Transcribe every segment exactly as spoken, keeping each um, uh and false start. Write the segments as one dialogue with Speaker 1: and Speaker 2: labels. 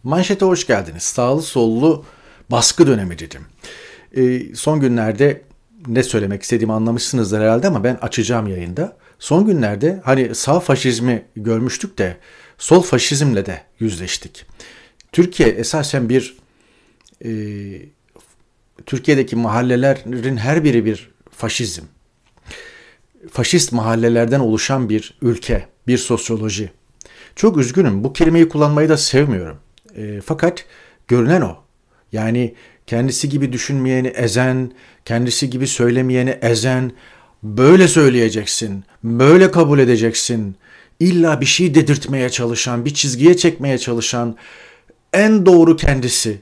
Speaker 1: Manşete hoş geldiniz. Sağlı sollu baskı dönemi dedim. Ee, son günlerde ne söylemek istediğimi anlamışsınızdır herhalde ama ben açacağım yayında. Son günlerde hani sağ faşizmi görmüştük de sol faşizmle de yüzleştik. Türkiye esasen bir e, Türkiye'deki mahallelerin her biri bir faşizm. Faşist mahallelerden oluşan bir ülke, bir sosyoloji. Çok üzgünüm, bu kelimeyi kullanmayı da sevmiyorum. E, fakat görünen o. Yani kendisi gibi düşünmeyeni ezen, kendisi gibi söylemeyeni ezen, böyle söyleyeceksin, böyle kabul edeceksin, illa bir şey dedirtmeye çalışan, bir çizgiye çekmeye çalışan en doğru kendisi.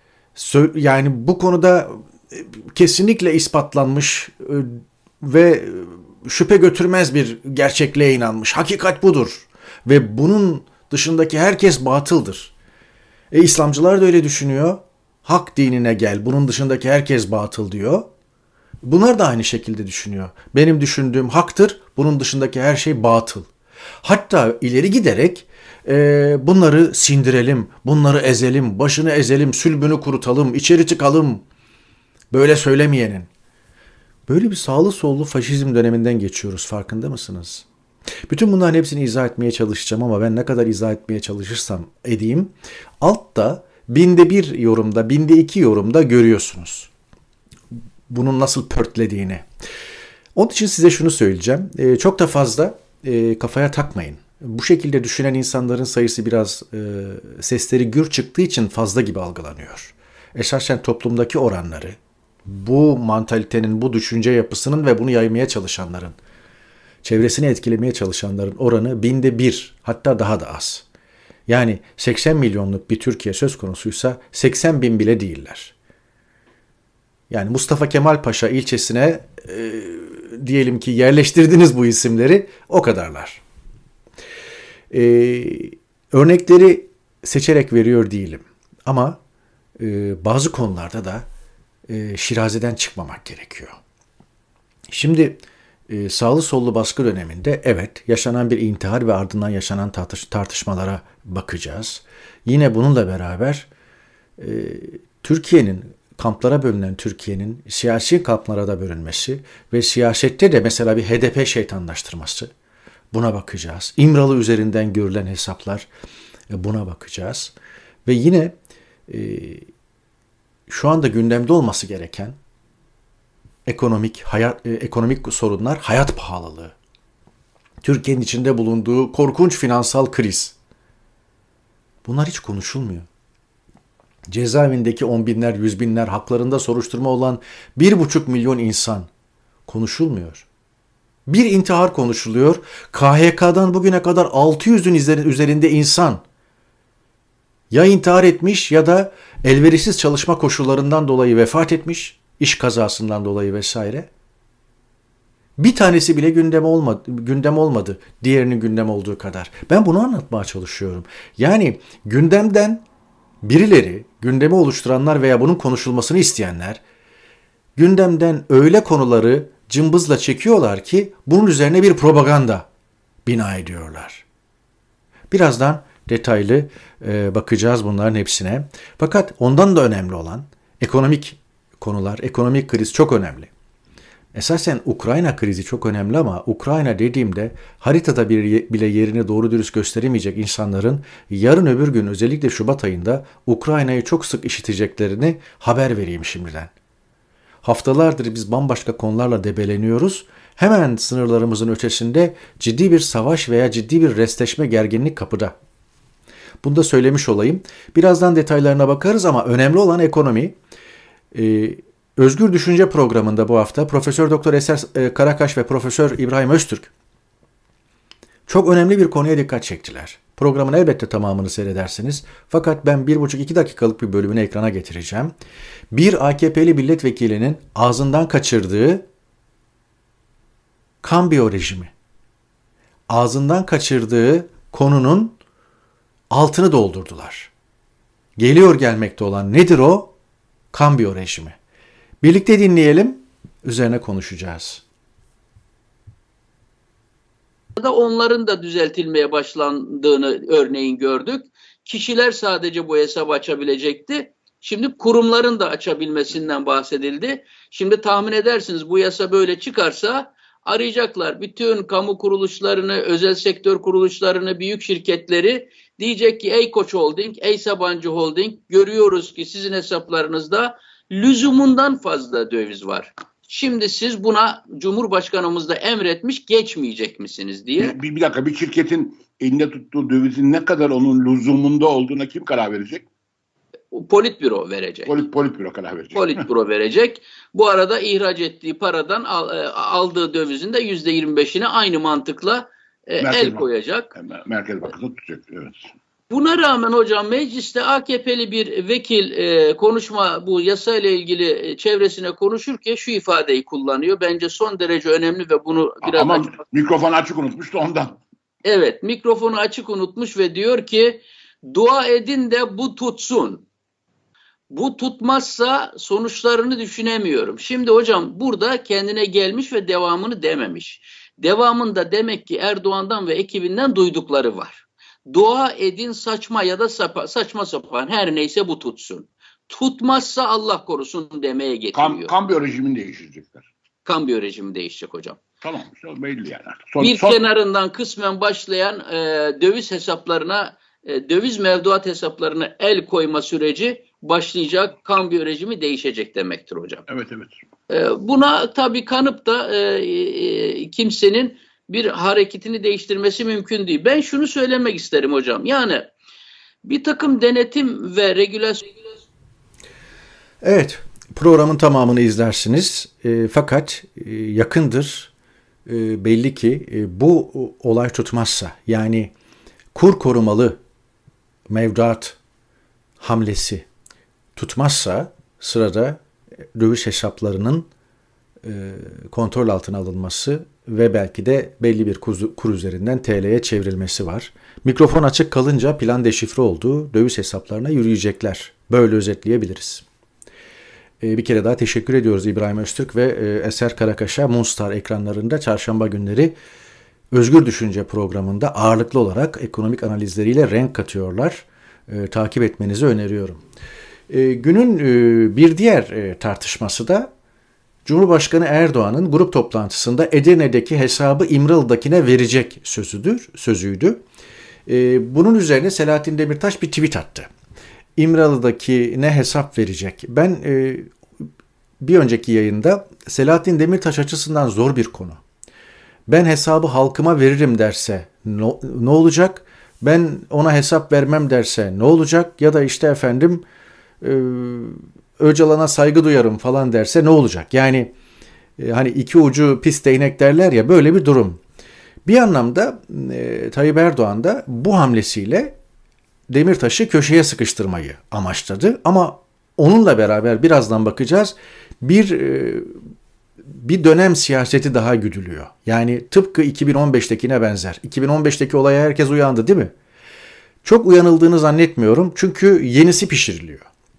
Speaker 1: Yani bu konuda kesinlikle ispatlanmış ve şüphe götürmez bir gerçekliğe inanmış. Hakikat budur ve bunun dışındaki herkes batıldır. E, İslamcılar da öyle düşünüyor. Hak dinine gel, bunun dışındaki herkes batıl diyor. Bunlar da aynı şekilde düşünüyor. Benim düşündüğüm haktır, bunun dışındaki her şey batıl. Hatta ileri giderek e, bunları sindirelim, bunları ezelim, başını ezelim, sülbünü kurutalım, içeri tıkalım. Böyle söylemeyenin. Böyle bir sağlı sollu faşizm döneminden geçiyoruz, farkında mısınız? Bütün bunların hepsini izah etmeye çalışacağım ama ben ne kadar izah etmeye çalışırsam edeyim, altta binde bir yorumda, binde iki yorumda görüyorsunuz bunun nasıl pörtlediğini. Onun için size şunu söyleyeceğim. Ee, çok da fazla e, kafaya takmayın. Bu şekilde düşünen insanların sayısı biraz e, sesleri gür çıktığı için fazla gibi algılanıyor. Esasen toplumdaki oranları, bu mantalitenin, bu düşünce yapısının ve bunu yaymaya çalışanların, çevresini etkilemeye çalışanların oranı binde bir, hatta daha da az. Yani seksen milyonluk bir Türkiye söz konusuysa seksen bin bile değiller. Yani Mustafa Kemal Paşa ilçesine e, diyelim ki yerleştirdiniz bu isimleri, o kadarlar. E, örnekleri seçerek veriyor değilim. Ama e, bazı konularda da e, şirazeden çıkmamak gerekiyor. Şimdi e, sağlı sollu baskı döneminde evet yaşanan bir intihar ve ardından yaşanan tartış- tartışmalara bakacağız. Yine bununla beraber e, Türkiye'nin, kamplara bölünen Türkiye'nin siyasi kamplara da bölünmesi ve siyasette de mesela bir H D P şeytanlaştırması, buna bakacağız. İmralı üzerinden görülen hesaplar, buna bakacağız. Ve yine e, şu anda gündemde olması gereken ekonomik hayat e, ekonomik sorunlar, hayat pahalılığı. Türkiye'nin içinde bulunduğu korkunç finansal kriz. Bunlar hiç konuşulmuyor. Cezaevindeki on binler, yüz binler, haklarında soruşturma olan bir buçuk milyon insan konuşulmuyor. Bir intihar konuşuluyor. K H K'dan bugüne kadar altı yüzün üzerinde insan ya intihar etmiş ya da elverişsiz çalışma koşullarından dolayı vefat etmiş, iş kazasından dolayı vesaire. Bir tanesi bile gündem olmadı, gündem olmadı diğerinin gündem olduğu kadar. Ben bunu anlatmaya çalışıyorum. Yani gündemden birileri, gündemi oluşturanlar veya bunun konuşulmasını isteyenler gündemden öyle konuları cımbızla çekiyorlar ki bunun üzerine bir propaganda bina ediyorlar. Birazdan detaylı e, bakacağız bunların hepsine. Fakat ondan da önemli olan ekonomik konular, ekonomik kriz çok önemli. Esasen Ukrayna krizi çok önemli ama Ukrayna dediğimde haritada bir, bile yerini doğru dürüst gösteremeyecek insanların yarın öbür gün özellikle Şubat ayında Ukrayna'yı çok sık işiteceklerini haber vereyim şimdiden. Haftalardır biz bambaşka konularla debeleniyoruz. Hemen sınırlarımızın ötesinde ciddi bir savaş veya ciddi bir restleşme, gerginlik kapıda. Bunu da söylemiş olayım. Birazdan detaylarına bakarız ama önemli olan ekonomi. Ee, Özgür Düşünce programında bu hafta Profesör Doktor Eser Karakaş ve Profesör İbrahim Öztürk çok önemli bir konuya dikkat çektiler. Programın elbette tamamını seyredersiniz. Fakat ben bir buçuk iki dakikalık bir bölümünü ekrana getireceğim. Bir A K P'li milletvekilinin ağzından kaçırdığı kambiyo rejimi. Ağzından kaçırdığı konunun altını doldurdular. Geliyor gelmekte olan nedir o? Kambiyo rejimi. Birlikte dinleyelim, üzerine konuşacağız.
Speaker 2: Onların da düzeltilmeye başlandığını örneğin gördük. Kişiler sadece bu hesabı açabilecekti. Şimdi kurumların da açabilmesinden bahsedildi. Şimdi tahmin edersiniz bu yasa böyle çıkarsa arayacaklar bütün kamu kuruluşlarını, özel sektör kuruluşlarını, büyük şirketleri, diyecek ki ey Koç Holding, ey Sabancı Holding, görüyoruz ki sizin hesaplarınızda lüzumundan fazla döviz var. Şimdi siz buna Cumhurbaşkanımız da emretmiş, geçmeyecek misiniz diye.
Speaker 3: Bir, bir dakika, bir şirketin elinde tuttuğu dövizin ne kadar onun lüzumunda olduğuna kim karar verecek?
Speaker 2: Politbüro verecek.
Speaker 3: Polit, politbüro karar verecek.
Speaker 2: Politbüro verecek. Bu arada ihraç ettiği paradan aldığı dövizin de yüzde yirmi beşini aynı mantıkla e, el koyacak.
Speaker 3: Merkez Bankası tutacak. Evet.
Speaker 2: Buna rağmen hocam mecliste A K P'li bir vekil e, konuşma bu yasayla ilgili e, çevresine konuşurken şu ifadeyi kullanıyor. Bence son derece önemli ve bunu biraz
Speaker 3: Ama
Speaker 2: açık...
Speaker 3: mikrofonu açık unutmuştu ondan.
Speaker 2: Evet, mikrofonu açık unutmuş ve diyor ki dua edin de bu tutsun. Bu tutmazsa sonuçlarını düşünemiyorum. Şimdi hocam burada kendine gelmiş ve devamını dememiş. Devamında demek ki Erdoğan'dan ve ekibinden duydukları var. Dua edin saçma ya da sapa, saçma sapan her neyse bu tutsun. Tutmazsa Allah korusun demeye getiriyor.
Speaker 3: Kam, kambiyo rejimini değiştirecekler.
Speaker 2: Kambiyo rejimi değişecek hocam.
Speaker 3: Tamam, belli yani. Son,
Speaker 2: bir
Speaker 3: son...
Speaker 2: kenarından kısmen başlayan e, döviz hesaplarına, e, döviz mevduat hesaplarına el koyma süreci başlayacak, kambiyo rejimi değişecek demektir hocam.
Speaker 3: Evet evet.
Speaker 2: E, buna tabii kanıp da e, e, kimsenin bir hareketini değiştirmesi mümkün değil. Ben şunu söylemek isterim hocam. Yani bir takım denetim ve regülasyon...
Speaker 1: Evet, programın tamamını izlersiniz. E, fakat e, yakındır e, belli ki e, bu olay tutmazsa, yani kur korumalı mevduat hamlesi tutmazsa sırada döviz hesaplarının e, kontrol altına alınması ve belki de belli bir kur, kur üzerinden T L'ye çevrilmesi var. Mikrofon açık kalınca plan deşifre oldu. Döviz hesaplarına yürüyecekler. Böyle özetleyebiliriz. E, bir kere daha teşekkür ediyoruz İbrahim Öztürk ve e, Eser Karakaş'a Moonstar ekranlarında çarşamba günleri Özgür Düşünce programında ağırlıklı olarak ekonomik analizleriyle renk katıyorlar. E, takip etmenizi öneriyorum. E, günün e, bir diğer e, tartışması da Cumhurbaşkanı Erdoğan'ın grup toplantısında Edirne'deki hesabı İmralı'dakine verecek sözüdür, sözüydü. E, bunun üzerine Selahattin Demirtaş bir tweet attı. İmralı'dakine hesap verecek. Ben e, bir önceki yayında Selahattin Demirtaş açısından zor bir konu. Ben hesabı halkıma veririm derse ne, ne olacak? Ben ona hesap vermem derse ne olacak? Ya da işte efendim e, Öcalan'a saygı duyarım falan derse ne olacak? Yani e, hani iki ucu pis değnek derler ya, böyle bir durum. Bir anlamda e, Tayyip Erdoğan da bu hamlesiyle Demirtaş'ı köşeye sıkıştırmayı amaçladı. Ama onunla beraber birazdan bakacağız bir e, bir dönem siyaseti daha güdülüyor. Yani tıpkı iki bin on beştekine benzer. iki bin on beşteki olaya herkes uyandı değil mi? Çok uyanıldığını zannetmiyorum. Çünkü yenisi pişiriliyor.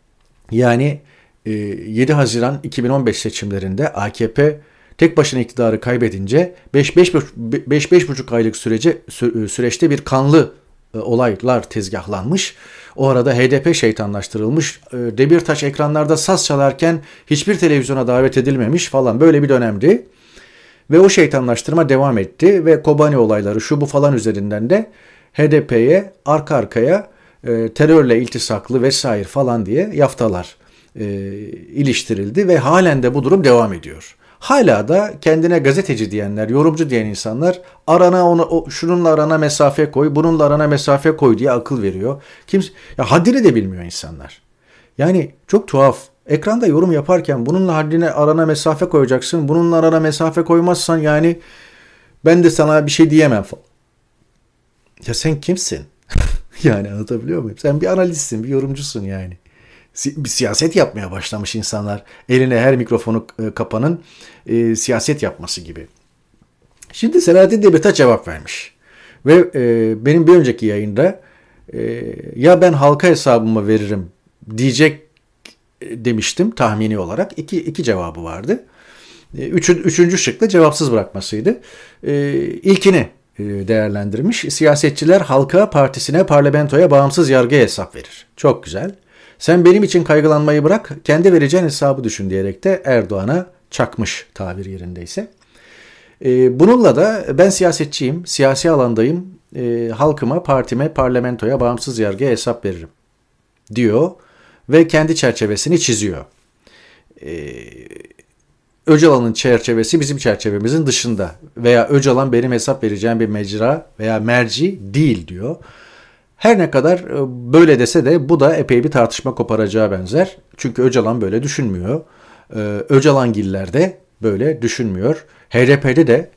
Speaker 1: Yani yedi Haziran iki bin on beş seçimlerinde A K P tek başına iktidarı kaybedince beş beş buçuk aylık sürece süreçte bir kanlı olaylar tezgahlanmış. O arada H D P şeytanlaştırılmış. Demirtaş ekranlarda saz çalarken hiçbir televizyona davet edilmemiş falan, böyle bir dönemdi. Ve o şeytanlaştırma devam etti ve Kobani olayları şu bu falan üzerinden de H D P'ye arka arkaya e, terörle iltisaklı vesaire falan diye yaftalar e, iliştirildi ve halen de bu durum devam ediyor. Hala da kendine gazeteci diyenler, yorumcu diyen insanlar arana onu, o, şununla arana mesafe koy, bununla arana mesafe koy diye akıl veriyor. Kimse, ya haddini de bilmiyor insanlar. Yani çok tuhaf. Ekranda yorum yaparken bununla haddine arana mesafe koyacaksın, bununla arana mesafe koymazsan yani ben de sana bir şey diyemem falan. Ya sen kimsin? Yani anlatabiliyor muyum? Sen bir analistsin, bir yorumcusun yani. Bir siyaset yapmaya başlamış insanlar. Eline her mikrofonu kapanın e, siyaset yapması gibi. Şimdi Selahattin Demirtaş cevap vermiş. Ve e, benim bir önceki yayında e, ya ben halka hesabımı veririm diyecek e, demiştim tahmini olarak. İki, iki cevabı vardı. E, üçün, üçüncü şık da cevapsız bırakmasıydı. E, ilkini değerlendirmiş. Siyasetçiler halka, partisine, parlamentoya, bağımsız yargıya hesap verir. Çok güzel. Sen benim için kaygılanmayı bırak, kendi vereceğin hesabı düşün diyerek de Erdoğan'a çakmış tabir yerindeyse. Bununla da ben siyasetçiyim, siyasi alandayım, halkıma, partime, parlamentoya, bağımsız yargıya hesap veririm diyor ve kendi çerçevesini çiziyor. Öcalan'ın çerçevesi bizim çerçevemizin dışında veya Öcalan benim hesap vereceğim bir mecra veya merci değil diyor. Her ne kadar böyle dese de bu da epey bir tartışma koparacağı benzer. Çünkü Öcalan böyle düşünmüyor. Öcalangiller de böyle düşünmüyor. H D P'de de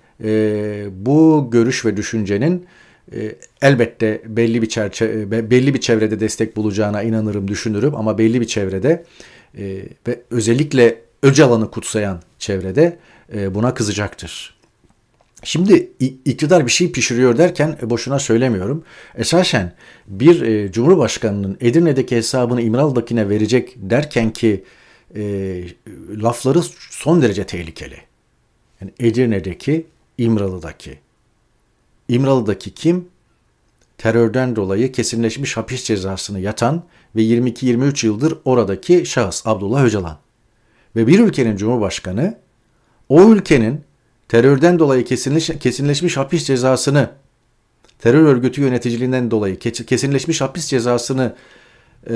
Speaker 1: bu görüş ve düşüncenin elbette belli bir çerçeve, belli bir çevrede destek bulacağına inanırım, düşünürüm ama belli bir çevrede ve özellikle Öcalan'ı kutsayan çevrede buna kızacaktır. Şimdi iktidar bir şey pişiriyor derken boşuna söylemiyorum. Esasen bir Cumhurbaşkanı'nın Edirne'deki hesabını İmralı'dakine verecek derken ki e, lafları son derece tehlikeli. Yani Edirne'deki, İmralı'daki. İmralı'daki kim? Terörden dolayı kesinleşmiş hapis cezasını yatan ve yirmi iki yirmi üç yıldır oradaki şahıs Abdullah Öcalan. Ve bir ülkenin Cumhurbaşkanı o ülkenin terörden dolayı kesinleş, kesinleşmiş hapis cezasını, terör örgütü yöneticiliğinden dolayı kesinleşmiş hapis cezasını e,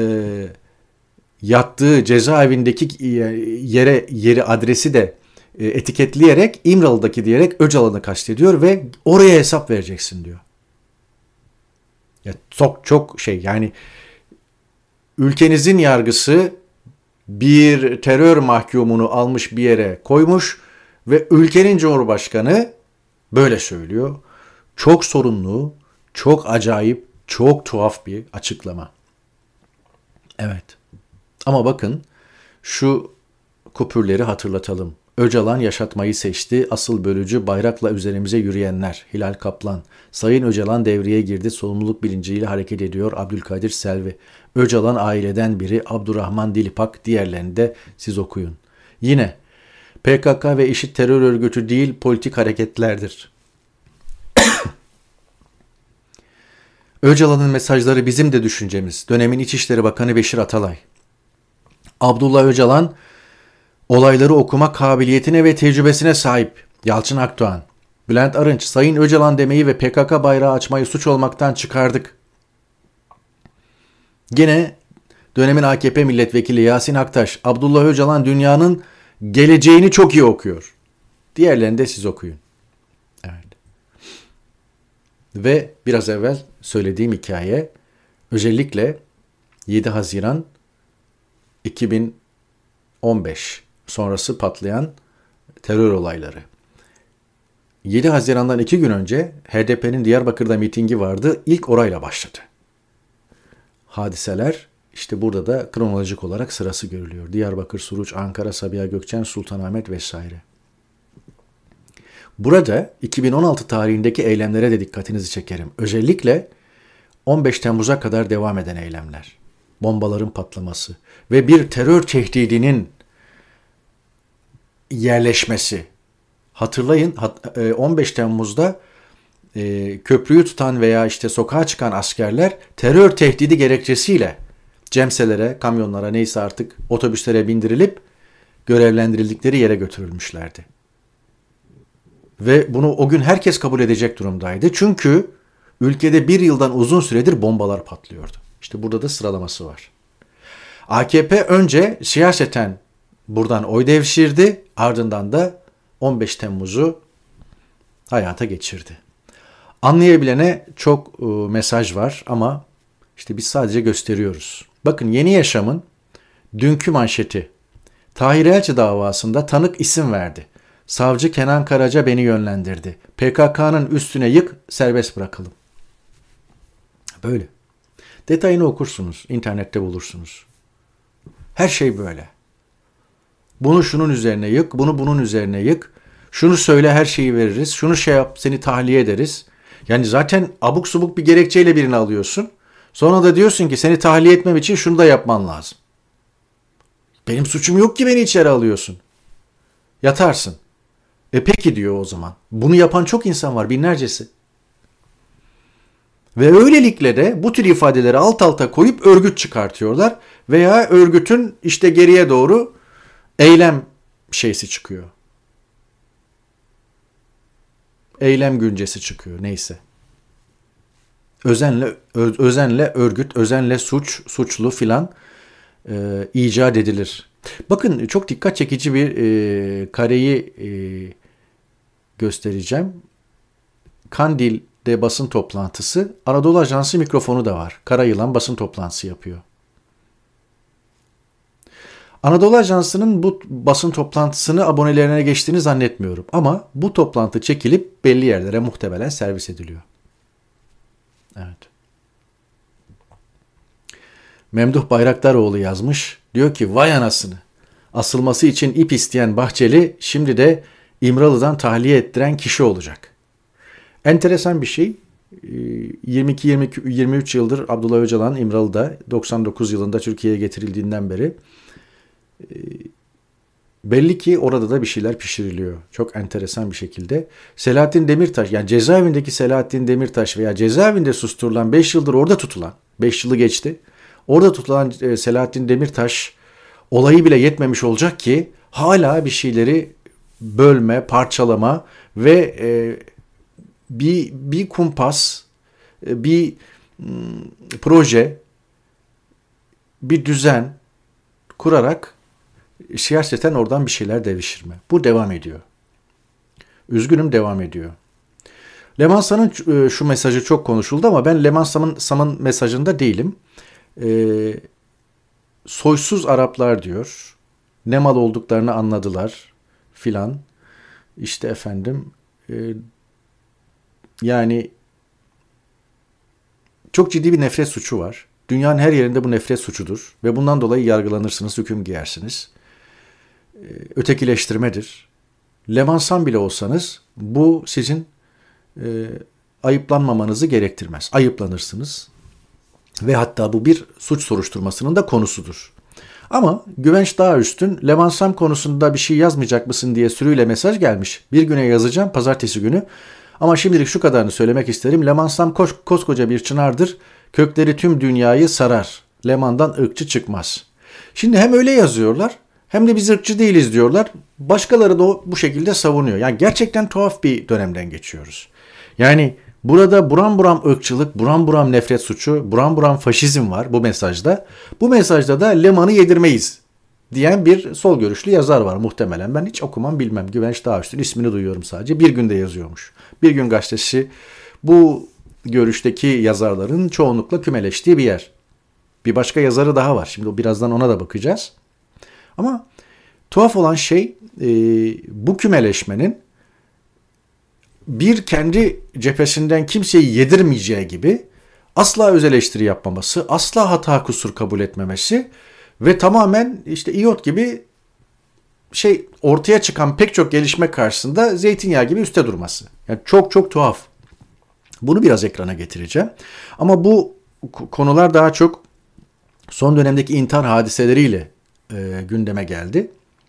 Speaker 1: yattığı cezaevindeki yere yeri adresi de e, etiketleyerek İmralı'daki diyerek Öcalan'ı kastediyor ve oraya hesap vereceksin diyor. Ya çok çok şey yani ülkenizin yargısı bir terör mahkumunu almış bir yere koymuş ve ülkenin Cumhurbaşkanı böyle söylüyor. Çok sorunlu, çok acayip, çok tuhaf bir açıklama. Evet. Ama bakın şu kupürleri hatırlatalım. Öcalan yaşatmayı seçti. Asıl bölücü bayrakla üzerimize yürüyenler. Hilal Kaplan. Sayın Öcalan devreye girdi. Sorumluluk bilinciyle hareket ediyor. Abdülkadir Selvi. Öcalan aileden biri. Abdurrahman Dilipak. Diğerlerini de siz okuyun. Yine P K K ve IŞİD terör örgütü değil politik hareketlerdir. Öcalan'ın mesajları bizim de düşüncemiz. Dönemin İçişleri Bakanı Beşir Atalay. Abdullah Öcalan olayları okuma kabiliyetine ve tecrübesine sahip. Yalçın Akdoğan. Bülent Arınç, Sayın Öcalan demeyi ve P K K bayrağı açmayı suç olmaktan çıkardık. Gene dönemin A K P milletvekili Yasin Aktaş, Abdullah Öcalan dünyanın geleceğini çok iyi okuyor. Diğerlerini de siz okuyun. Evet. Ve biraz evvel söylediğim hikaye özellikle yedi Haziran iki bin on beş sonrası patlayan terör olayları. yedi Haziran'dan iki gün önce H D P'nin Diyarbakır'da mitingi vardı. İlk orayla başladı. Hadiseler işte burada da kronolojik olarak sırası görülüyor. Diyarbakır, Suruç, Ankara, Sabiha Gökçen, Sultanahmet vesaire. Burada iki bin on altı tarihindeki eylemlere de dikkatinizi çekerim. Özellikle on beş Temmuz'a kadar devam eden eylemler. Bombaların patlaması ve bir terör tehdidinin yerleşmesi. Hatırlayın on beş Temmuz'da köprüyü tutan veya işte sokağa çıkan askerler terör tehdidi gerekçesiyle cemselere, kamyonlara neyse artık otobüslere bindirilip görevlendirildikleri yere götürülmüşlerdi. Ve bunu o gün herkes kabul edecek durumdaydı. Çünkü ülkede bir yıldan uzun süredir bombalar patlıyordu. İşte burada da sıralaması var. A K P önce siyaseten buradan oy devşirdi. Ardından da on beş Temmuz'u hayata geçirdi. Anlayabilene çok e, mesaj var ama işte biz sadece gösteriyoruz. Bakın Yeni Yaşam'ın dünkü manşeti. Tahir Elçi davasında tanık isim verdi. Savcı Kenan Karaca beni yönlendirdi. P K K'nın üstüne yık, serbest bırakalım. Böyle. Detayını okursunuz, internette bulursunuz. Her şey böyle. Bunu şunun üzerine yık, bunu bunun üzerine yık. Şunu söyle, her şeyi veririz. Şunu şey yap, seni tahliye ederiz. Yani zaten abuk subuk bir gerekçeyle birini alıyorsun. Sonra da diyorsun ki seni tahliye etmem için şunu da yapman lazım. Benim suçum yok ki beni içeri alıyorsun. Yatarsın. E peki diyor o zaman. Bunu yapan çok insan var, binlercesi. Ve öylelikle de bu tür ifadeleri alt alta koyup örgüt çıkartıyorlar. Veya örgütün işte geriye doğru eylem şeysi çıkıyor. Eylem güncesi çıkıyor neyse. Özenle, ö, özenle örgüt, özenle suç, suçlu filan e, icat edilir. Bakın çok dikkat çekici bir e, kareyi e, göstereceğim. Kandil'de basın toplantısı. Anadolu Ajansı mikrofonu da var. Karayılan basın toplantısı yapıyor. Anadolu Ajansı'nın bu basın toplantısını abonelerine geçtiğini zannetmiyorum. Ama bu toplantı çekilip belli yerlere muhtemelen servis ediliyor. Evet. Memduh Bayraktaroğlu yazmış. Diyor ki vay anasını. Asılması için ip isteyen Bahçeli şimdi de İmralı'dan tahliye ettiren kişi olacak. Enteresan bir şey. yirmi iki yirmi üç yıldır Abdullah Öcalan İmralı'da doksan dokuz yılında Türkiye'ye getirildiğinden beri belli ki orada da bir şeyler pişiriliyor. Çok enteresan bir şekilde. Selahattin Demirtaş, yani cezaevindeki Selahattin Demirtaş veya cezaevinde susturulan beş yıldır orada tutulan, beş yılı geçti. Orada tutulan Selahattin Demirtaş olayı bile yetmemiş olacak ki hala bir şeyleri bölme, parçalama ve e, bir bir kumpas, bir m, proje, bir düzen kurarak siyaseten oradan bir şeyler devşirme. Bu devam ediyor. Üzgünüm, devam ediyor. Leman Sam'ın şu mesajı çok konuşuldu ama ben Leman Sam'ın, Sam'ın mesajında değilim. Ee, soysuz Araplar diyor. Ne mal olduklarını anladılar filan. İşte efendim e, yani çok ciddi bir nefret suçu var. Dünyanın her yerinde bu nefret suçudur ve bundan dolayı yargılanırsınız, hüküm giyersiniz. Ötekileştirmedir. Leman Sam bile olsanız bu sizin e, ayıplanmamanızı gerektirmez. Ayıplanırsınız ve hatta bu bir suç soruşturmasının da konusudur. Ama Güvenç Dağüstün Leman Sam konusunda bir şey yazmayacak mısın diye sürüyle mesaj gelmiş. Bir güne yazacağım, pazartesi günü. Ama şimdilik şu kadarını söylemek isterim. Leman Sam kos- koskoca bir çınardır. Kökleri tüm dünyayı sarar. Leman'dan ırkçı çıkmaz. Şimdi hem öyle yazıyorlar hem de biz ırkçı değiliz diyorlar. Başkaları da bu şekilde savunuyor. Yani gerçekten tuhaf bir dönemden geçiyoruz. Yani burada buram buram ırkçılık, buram buram nefret suçu, buram buram faşizm var bu mesajda. Bu mesajda da Leman'ı yedirmeyiz diyen bir sol görüşlü yazar var muhtemelen. Ben hiç okumam bilmem. Güvenç Dağüstün ismini duyuyorum sadece. Bir günde yazıyormuş. Bir Gün gazetesi bu görüşteki yazarların çoğunlukla kümeleştiği bir yer. Bir başka yazarı daha var. Şimdi birazdan ona da bakacağız. Ama tuhaf olan şey e, bu kümeleşmenin bir kendi cephesinden kimseyi yedirmeyeceği gibi asla öz eleştiri yapmaması, asla hata kusur kabul etmemesi ve tamamen işte iot gibi şey ortaya çıkan pek çok gelişme karşısında zeytinyağı gibi üstte durması. Yani çok çok tuhaf. Bunu biraz ekrana getireceğim. Ama bu konular daha çok son dönemdeki intihar hadiseleriyle e, gündeme geldi.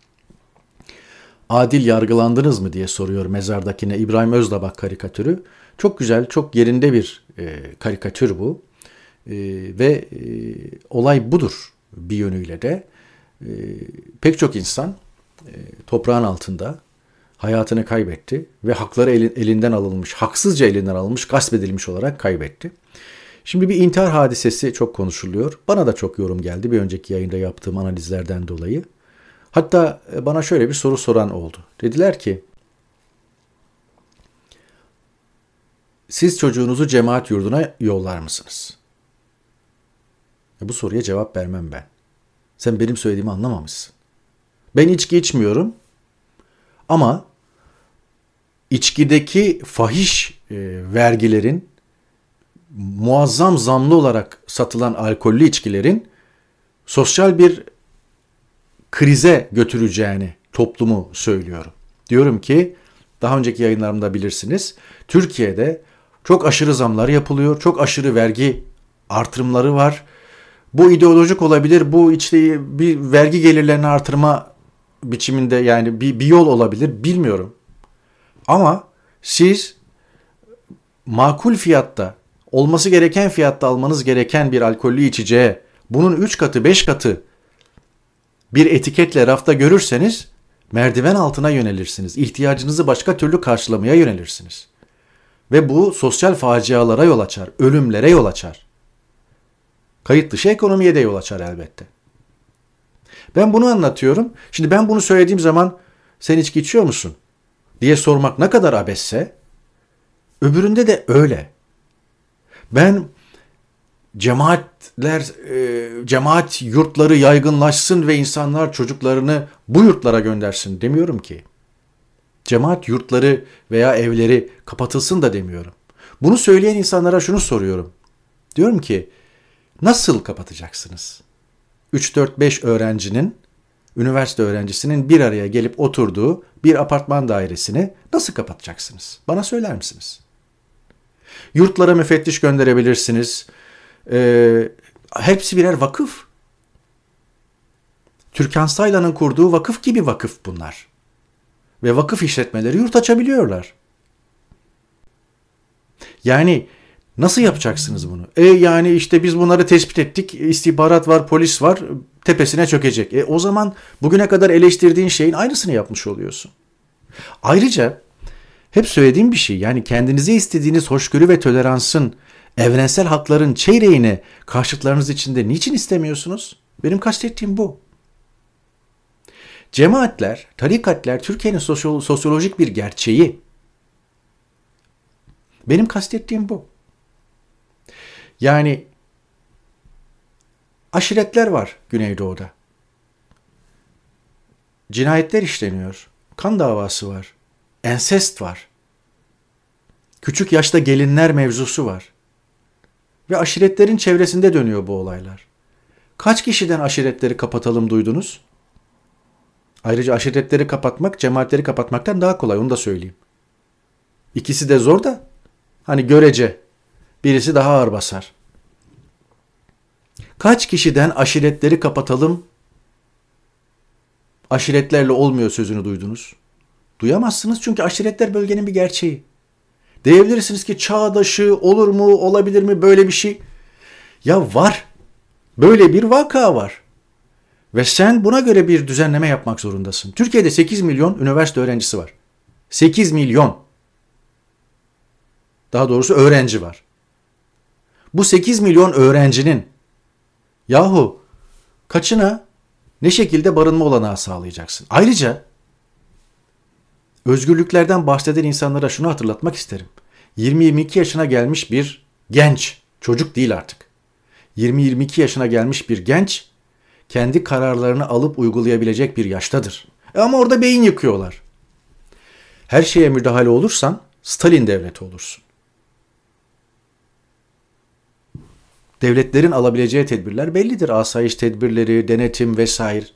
Speaker 1: Adil yargılandınız mı diye soruyor mezardakine İbrahim Özdabak karikatürü. Çok güzel, çok yerinde bir e, karikatür bu. E, ve e, olay budur bir yönüyle de. E, pek çok insan e, toprağın altında hayatını kaybetti ve hakları elinden alınmış, haksızca elinden alınmış, gasp edilmiş olarak kaybetti. Şimdi bir intihar hadisesi çok konuşuluyor. Bana da çok yorum geldi bir önceki yayında yaptığım analizlerden dolayı. Hatta bana şöyle bir soru soran oldu. Dediler ki, siz çocuğunuzu cemaat yurduna yollar mısınız? Bu soruya cevap vermem ben. Sen benim söylediğimi anlamamışsın. Ben içki içmiyorum ama içkideki fahiş e, vergilerin, muazzam zamlı olarak satılan alkollü içkilerin sosyal bir krize götüreceğini toplumu söylüyorum. Diyorum ki daha önceki yayınlarımda bilirsiniz. Türkiye'de çok aşırı zamlar yapılıyor. Çok aşırı vergi artırımları var. Bu ideolojik olabilir. Bu işte bir vergi gelirlerini artırma biçiminde yani bir, bir yol olabilir. Bilmiyorum. Ama siz makul fiyatta olması gereken fiyatta almanız gereken bir alkollü içeceğe bunun üç katı beş katı bir etiketle rafta görürseniz merdiven altına yönelirsiniz. İhtiyacınızı başka türlü karşılamaya yönelirsiniz. Ve bu sosyal facialara yol açar, ölümlere yol açar. Kayıt dışı ekonomiye de yol açar elbette. Ben bunu anlatıyorum. Şimdi ben bunu söylediğim zaman sen içki içiyor musun diye sormak ne kadar abesse, öbüründe de öyle. Ben cemaatler, e, cemaat yurtları yaygınlaşsın ve insanlar çocuklarını bu yurtlara göndersin demiyorum ki. Cemaat yurtları veya evleri kapatılsın da demiyorum. Bunu söyleyen insanlara şunu soruyorum. Diyorum ki nasıl kapatacaksınız? üç dört beş öğrencinin, üniversite öğrencisinin bir araya gelip oturduğu bir apartman dairesini nasıl kapatacaksınız? Bana söyler misiniz? Yurtlara müfettiş gönderebilirsiniz. Ee, hepsi birer vakıf. Türkan Saylan'ın kurduğu vakıf gibi vakıf bunlar. Ve vakıf işletmeleri yurt açabiliyorlar. Yani nasıl yapacaksınız bunu? E yani işte biz bunları tespit ettik, istihbarat var, polis var, tepesine çökecek. E o zaman bugüne kadar eleştirdiğin şeyin aynısını yapmış oluyorsun. Ayrıca hep söylediğim bir şey, yani kendinize istediğiniz hoşgörü ve toleransın, evrensel hakların çeyreğini karşıtlarınız içinde niçin istemiyorsunuz? Benim kastettiğim bu. Cemaatler, tarikatlar Türkiye'nin sosyolojik bir gerçeği. Benim kastettiğim bu. Yani aşiretler var Güneydoğu'da. Cinayetler işleniyor. Kan davası var. Ensest var. Küçük yaşta gelinler mevzusu var. Ve aşiretlerin çevresinde dönüyor bu olaylar. Kaç kişiden aşiretleri kapatalım duydunuz? Ayrıca aşiretleri kapatmak, cemaatleri kapatmaktan daha kolay, onu da söyleyeyim. İkisi de zor da, hani görece birisi daha ağır basar. Kaç kişiden aşiretleri kapatalım, aşiretlerle olmuyor sözünü duydunuz? Duyamazsınız çünkü aşiretler bölgenin bir gerçeği. Diyebilirsiniz ki çağdaşı olur mu, olabilir mi böyle bir şey? Ya var. Böyle bir vaka var. Ve sen buna göre bir düzenleme yapmak zorundasın. Türkiye'de sekiz milyon üniversite öğrencisi var. sekiz milyon. Daha doğrusu öğrenci var. Bu sekiz milyon öğrencinin yahu kaçına ne şekilde barınma olanağı sağlayacaksın? Ayrıca özgürlüklerden bahseden insanlara şunu hatırlatmak isterim. yirmi yirmi iki yaşına gelmiş bir genç, çocuk değil artık. yirmi yirmi iki yaşına gelmiş bir genç kendi kararlarını alıp uygulayabilecek bir yaştadır. E ama orada beyin yıkıyorlar. Her şeye müdahale olursan Stalin devleti olursun. Devletlerin alabileceği tedbirler bellidir. Asayiş tedbirleri, denetim vesaire.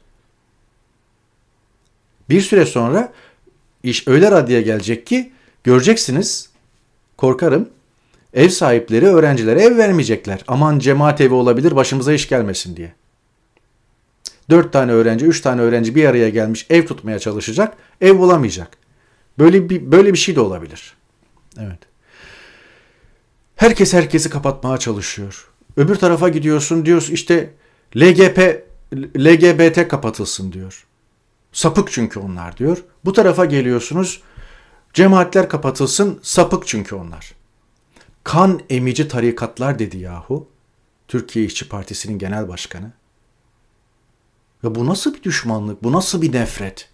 Speaker 1: Bir süre sonra iş öyle raddeye gelecek ki göreceksiniz, korkarım, ev sahipleri öğrencilere ev vermeyecekler. Aman cemaat evi olabilir, başımıza iş gelmesin diye. Dört tane öğrenci, üç tane öğrenci bir araya gelmiş ev tutmaya çalışacak, ev bulamayacak. Böyle bir, böyle bir şey de olabilir. Evet. Herkes herkesi kapatmaya çalışıyor. Öbür tarafa gidiyorsun, diyorsun işte L G P, L G B T kapatılsın diyor. Sapık çünkü onlar diyor. Bu tarafa geliyorsunuz, cemaatler kapatılsın, sapık çünkü onlar. Kan emici tarikatlar dedi yahu. Türkiye İşçi Partisi'nin genel başkanı. Ya bu nasıl bir düşmanlık, bu nasıl bir nefret?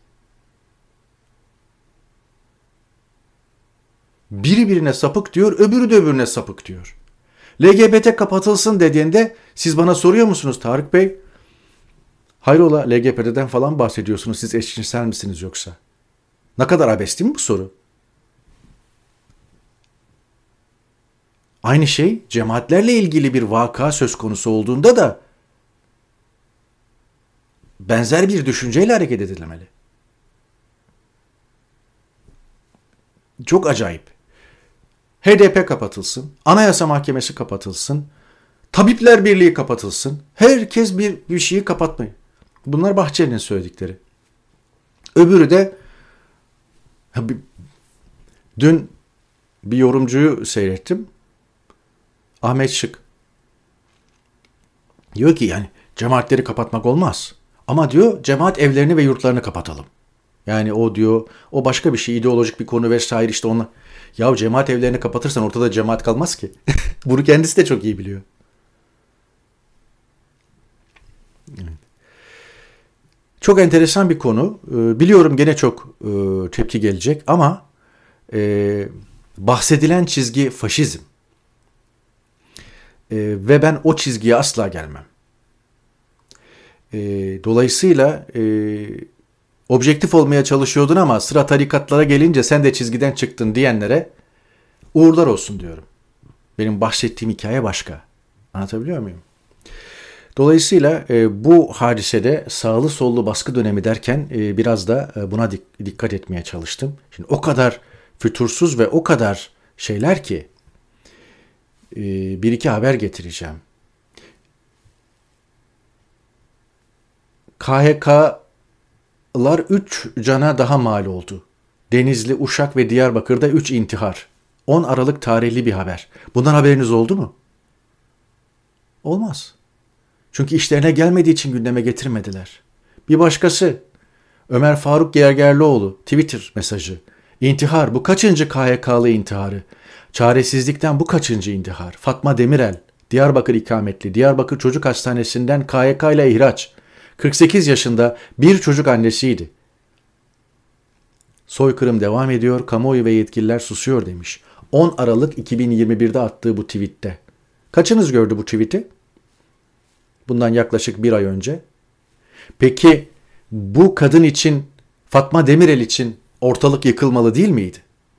Speaker 1: Biri birine sapık diyor, öbürü de öbürüne sapık diyor. L G B T kapatılsın dediğinde siz bana soruyor musunuz Tarık Bey? Hayrola L G B T'den falan bahsediyorsunuz, siz eşcinsel misiniz yoksa? Ne kadar abes değil mi bu soru? Aynı şey cemaatlerle ilgili bir vaka söz konusu olduğunda da benzer bir düşünceyle hareket edilmeli. Çok acayip. H D P kapatılsın, Anayasa Mahkemesi kapatılsın, Tabipler Birliği kapatılsın. Herkes bir, bir şeyi kapatmayı. Bunlar Bahçeli'nin söyledikleri. Öbürü de dün bir yorumcuyu seyrettim. Ahmet Şık. Diyor ki yani cemaatleri kapatmak olmaz. Ama diyor cemaat evlerini ve yurtlarını kapatalım. Yani o diyor o başka bir şey, ideolojik bir konu vesaire işte onlar. Ya cemaat evlerini kapatırsan ortada cemaat kalmaz ki. Bunu kendisi de çok iyi biliyor. Evet. Çok enteresan bir konu. Biliyorum gene çok tepki gelecek ama bahsedilen çizgi faşizm. Ve ben o çizgiye asla gelmem. Dolayısıyla objektif olmaya çalışıyordun ama sıra tarikatlara gelince sen de çizgiden çıktın diyenlere uğurlar olsun diyorum. Benim bahsettiğim hikaye başka. Anlatabiliyor muyum? Dolayısıyla e, bu hadisede sağlı sollu baskı dönemi derken e, biraz da e, buna dik- dikkat etmeye çalıştım. Şimdi o kadar fütursuz ve o kadar şeyler ki e, bir iki haber getireceğim. K H K'lar üç cana daha mal oldu. Denizli, Uşak ve Diyarbakır'da üç intihar. on Aralık tarihli bir haber. Bundan haberiniz oldu mu? Olmaz. Çünkü işlerine gelmediği için gündeme getirmediler. Bir başkası Ömer Faruk Gergerlioğlu Twitter mesajı. İntihar bu kaçıncı K H K'lı intiharı? Çaresizlikten bu kaçıncı intihar? Fatma Demirel Diyarbakır ikametli Diyarbakır Çocuk Hastanesi'nden K H K ile ihraç. kırk sekiz yaşında bir çocuk annesiydi. Soykırım devam ediyor, kamuoyu ve yetkililer susuyor demiş. on Aralık iki bin yirmi birde attığı bu tweette. Kaçınız gördü bu tweeti? Bundan yaklaşık bir ay önce. Peki bu kadın için, Fatma Demirel için ortalık yıkılmalı değil miydi?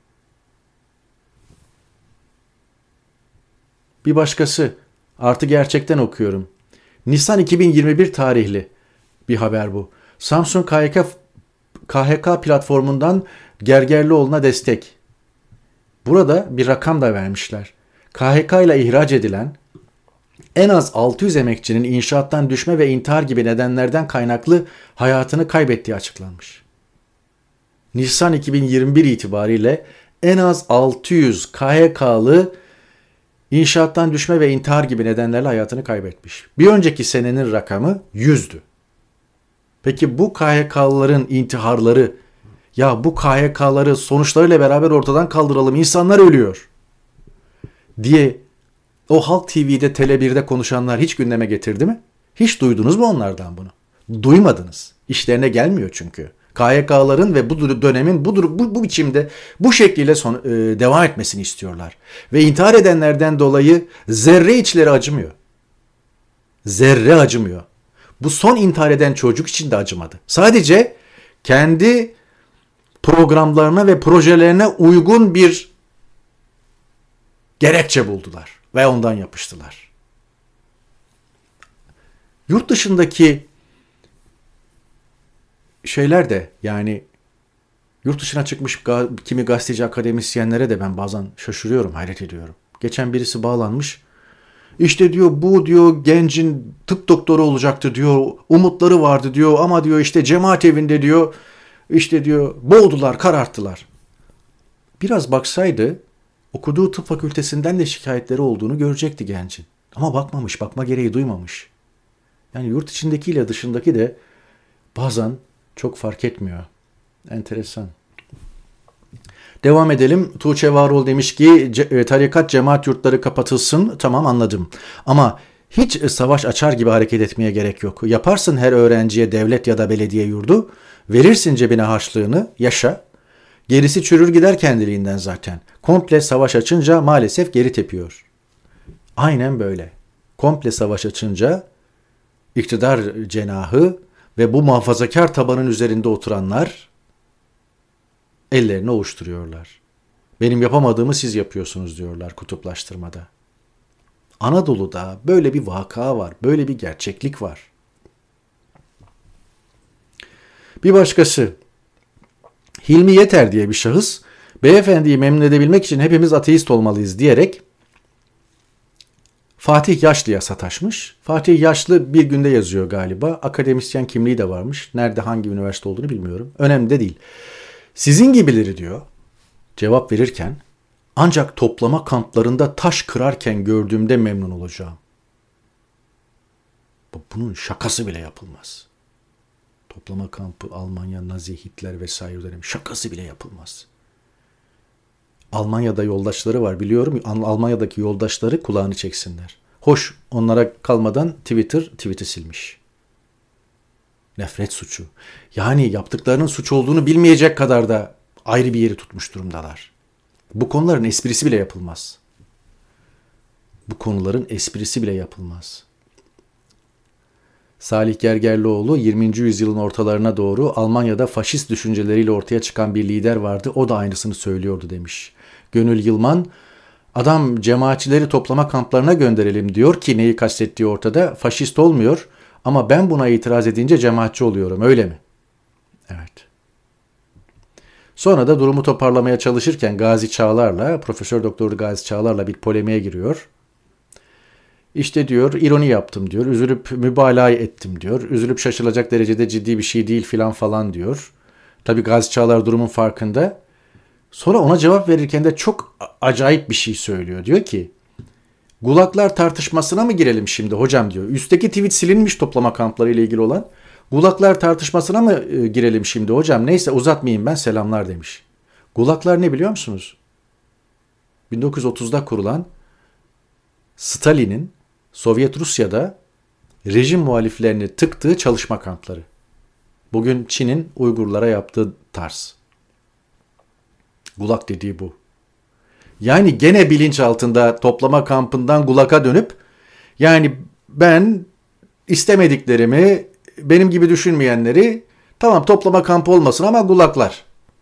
Speaker 1: Bir başkası, artı gerçekten okuyorum. Nisan iki bin yirmi bir tarihli bir haber bu. Samsun K H K, K H K platformundan Gergerlioğlu'na destek. Burada bir rakam da vermişler. K H K ile ihraç edilen en az altı yüz emekçinin inşaattan düşme ve intihar gibi nedenlerden kaynaklı hayatını kaybettiği açıklanmış. Nisan iki bin yirmi bir itibariyle en az altı yüz K H K'lı inşaattan düşme ve intihar gibi nedenlerle hayatını kaybetmiş. Bir önceki senenin rakamı yüzdü. Peki bu K H K'lıların intiharları, ya bu K H K'ları sonuçlarıyla beraber ortadan kaldıralım, insanlar ölüyor diye o Halk T V'de, Tele birde konuşanlar hiç gündeme getirdi mi? Hiç duydunuz mu onlardan bunu? Duymadınız. İşlerine gelmiyor çünkü. K H K'ların ve bu dönemin bu, bu, bu biçimde, bu şekliyle son, e, devam etmesini istiyorlar. Ve intihar edenlerden dolayı zerre içleri acımıyor. Zerre acımıyor. Bu son intihar eden çocuk için de acımadı. Sadece kendi programlarına ve projelerine uygun bir gerekçe buldular ve ondan yapıştılar. Yurt dışındaki şeyler de, yani yurt dışına çıkmış kimi gazeteci, akademisyenlere de ben bazen şaşırıyorum, hayret ediyorum. Geçen birisi bağlanmış. İşte diyor bu diyor gencin tıp doktoru olacaktı diyor, umutları vardı diyor ama diyor işte cemaat evinde diyor işte diyor boğdular, kararttılar. Biraz baksaydı okuduğu tıp fakültesinden de şikayetleri olduğunu görecekti gencin. Ama bakmamış, bakma gereği duymamış. Yani yurt içindekiyle dışındaki de bazen çok fark etmiyor. Enteresan. Devam edelim. Tuğçe Varol demiş ki tarikat cemaat yurtları kapatılsın. Tamam, anladım. Ama hiç savaş açar gibi hareket etmeye gerek yok. Yaparsın her öğrenciye devlet ya da belediye yurdu. Verirsin cebine harçlığını, yaşa. Gerisi çürür gider kendiliğinden zaten. Komple savaş açınca maalesef geri tepiyor. Aynen böyle. Komple savaş açınca iktidar cenahı ve bu muhafazakar tabanın üzerinde oturanlar ellerini ovuşturuyorlar. Benim yapamadığımı siz yapıyorsunuz diyorlar kutuplaştırmada. Anadolu'da böyle bir vaka var, böyle bir gerçeklik var. Bir başkası, Hilmi Yeter diye bir şahıs, beyefendiyi memnun edebilmek için hepimiz ateist olmalıyız diyerek Fatih Yaşlı'ya sataşmış. Fatih Yaşlı bir günde yazıyor galiba. Akademisyen kimliği de varmış. Nerede, hangi üniversite olduğunu bilmiyorum. Önemli de değil. Sizin gibileri diyor, cevap verirken Ancak toplama kamplarında taş kırarken gördüğümde memnun olacağım. Bunun şakası bile yapılmaz. Toplama kampı, Almanya, Nazi, Hitler vesaire dönemi şakası bile yapılmaz. Almanya'da yoldaşları var biliyorum. Almanya'daki yoldaşları kulağını çeksinler. Hoş, onlara kalmadan Twitter tweet'i silmiş. Nefret suçu. Yani yaptıklarının suç olduğunu bilmeyecek kadar da ayrı bir yeri tutmuş durumdalar. Bu konuların esprisi bile yapılmaz. Bu konuların esprisi bile yapılmaz. Salih Gergerlioğlu yirminci yüzyılın ortalarına doğru Almanya'da faşist düşünceleriyle ortaya çıkan bir lider vardı. O da aynısını söylüyordu demiş. Gönül Yılman, adam cemaatçileri toplama kamplarına gönderelim diyor ki neyi kastettiği ortada. Faşist olmuyor ama ben buna itiraz edince cemaatçi oluyorum, öyle mi? Evet. Sonra da durumu toparlamaya çalışırken Gazi Çağlar'la, Profesör Doktor Gazi Çağlar'la bir polemiğe giriyor. İşte diyor ironi yaptım diyor, üzülüp mübalağa ettim diyor, üzülüp şaşılacak derecede ciddi bir şey değil filan falan diyor. Tabii Gazi Çağlar durumun farkında. Sonra ona cevap verirken de çok acayip bir şey söylüyor. Diyor ki, Gulaglar tartışmasına mı girelim şimdi hocam diyor. Üstteki tweet silinmiş toplama kampları ile ilgili olan. Gulaglar tartışmasına mı e, girelim şimdi hocam? Neyse uzatmayayım ben, selamlar demiş. Gulaglar ne biliyor musunuz? bin dokuz yüz otuzda kurulan Stalin'in Sovyet Rusya'da rejim muhaliflerini tıktığı çalışma kampları. Bugün Çin'in Uygurlara yaptığı tarz. Gulag dediği bu. Yani gene bilinç altında toplama kampından Gulag'a dönüp yani ben istemediklerimi, benim gibi düşünmeyenleri tamam toplama kampı olmasın ama Gulaglar.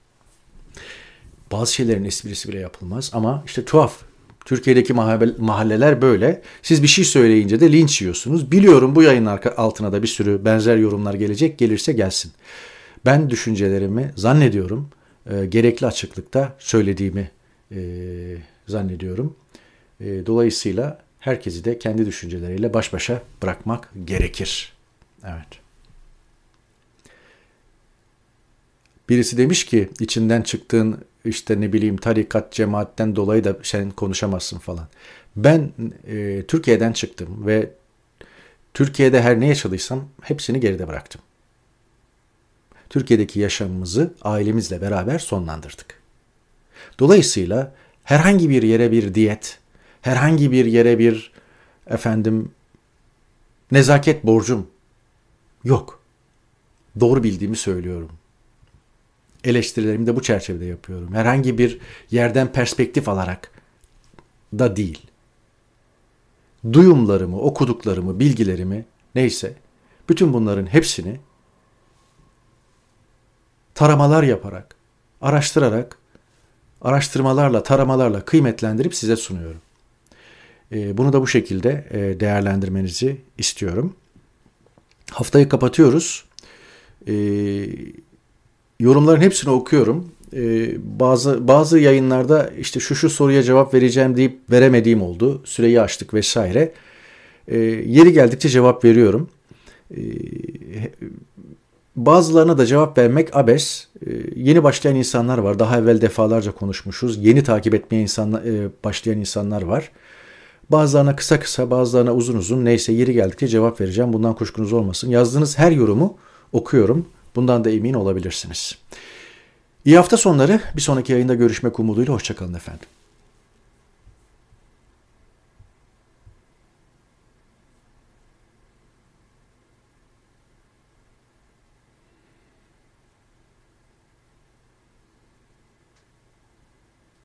Speaker 1: Bazı şeylerin esprisi bile yapılmaz ama işte tuhaf. Türkiye'deki mahalleler böyle. Siz bir şey söyleyince de linç yiyorsunuz. Biliyorum bu yayın altına da bir sürü benzer yorumlar gelecek. Gelirse gelsin. Ben düşüncelerimi zannediyorum e, gerekli açıklıkta söylediğimi e, zannediyorum. E, dolayısıyla herkesi de kendi düşünceleriyle baş başa bırakmak gerekir. Evet. Birisi demiş ki içinden çıktığın işte ne bileyim tarikat, cemaatten dolayı da sen konuşamazsın falan. Ben e, Türkiye'den çıktım ve Türkiye'de her ne yaşadıysam hepsini geride bıraktım. Türkiye'deki yaşamımızı ailemizle beraber sonlandırdık. Dolayısıyla herhangi bir yere bir diyet, herhangi bir yere bir efendim nezaket borcum yok. Doğru bildiğimi söylüyorum. Eleştirilerimi de bu çerçevede yapıyorum. Herhangi bir yerden perspektif alarak da değil. Duyumlarımı, okuduklarımı, bilgilerimi neyse bütün bunların hepsini taramalar yaparak, araştırarak, araştırmalarla, taramalarla kıymetlendirip size sunuyorum. Bunu da bu şekilde değerlendirmenizi istiyorum. Haftayı kapatıyoruz. Yorumların hepsini okuyorum. Ee, bazı bazı yayınlarda işte şu şu soruya cevap vereceğim deyip veremediğim oldu. Süreyi aştık vesaire. Ee, yeri geldikçe cevap veriyorum. Ee, bazılarına da cevap vermek abes. Ee, yeni başlayan insanlar var. Daha evvel defalarca konuşmuşuz. Yeni takip etmeye insanlar, e, başlayan insanlar var. Bazılarına kısa kısa, bazılarına uzun uzun. Neyse yeri geldikçe cevap vereceğim. Bundan kuşkunuz olmasın. Yazdığınız her yorumu okuyorum. Bundan da emin olabilirsiniz. İyi hafta sonları. Bir sonraki yayında görüşmek umuduyla. Hoşça kalın efendim.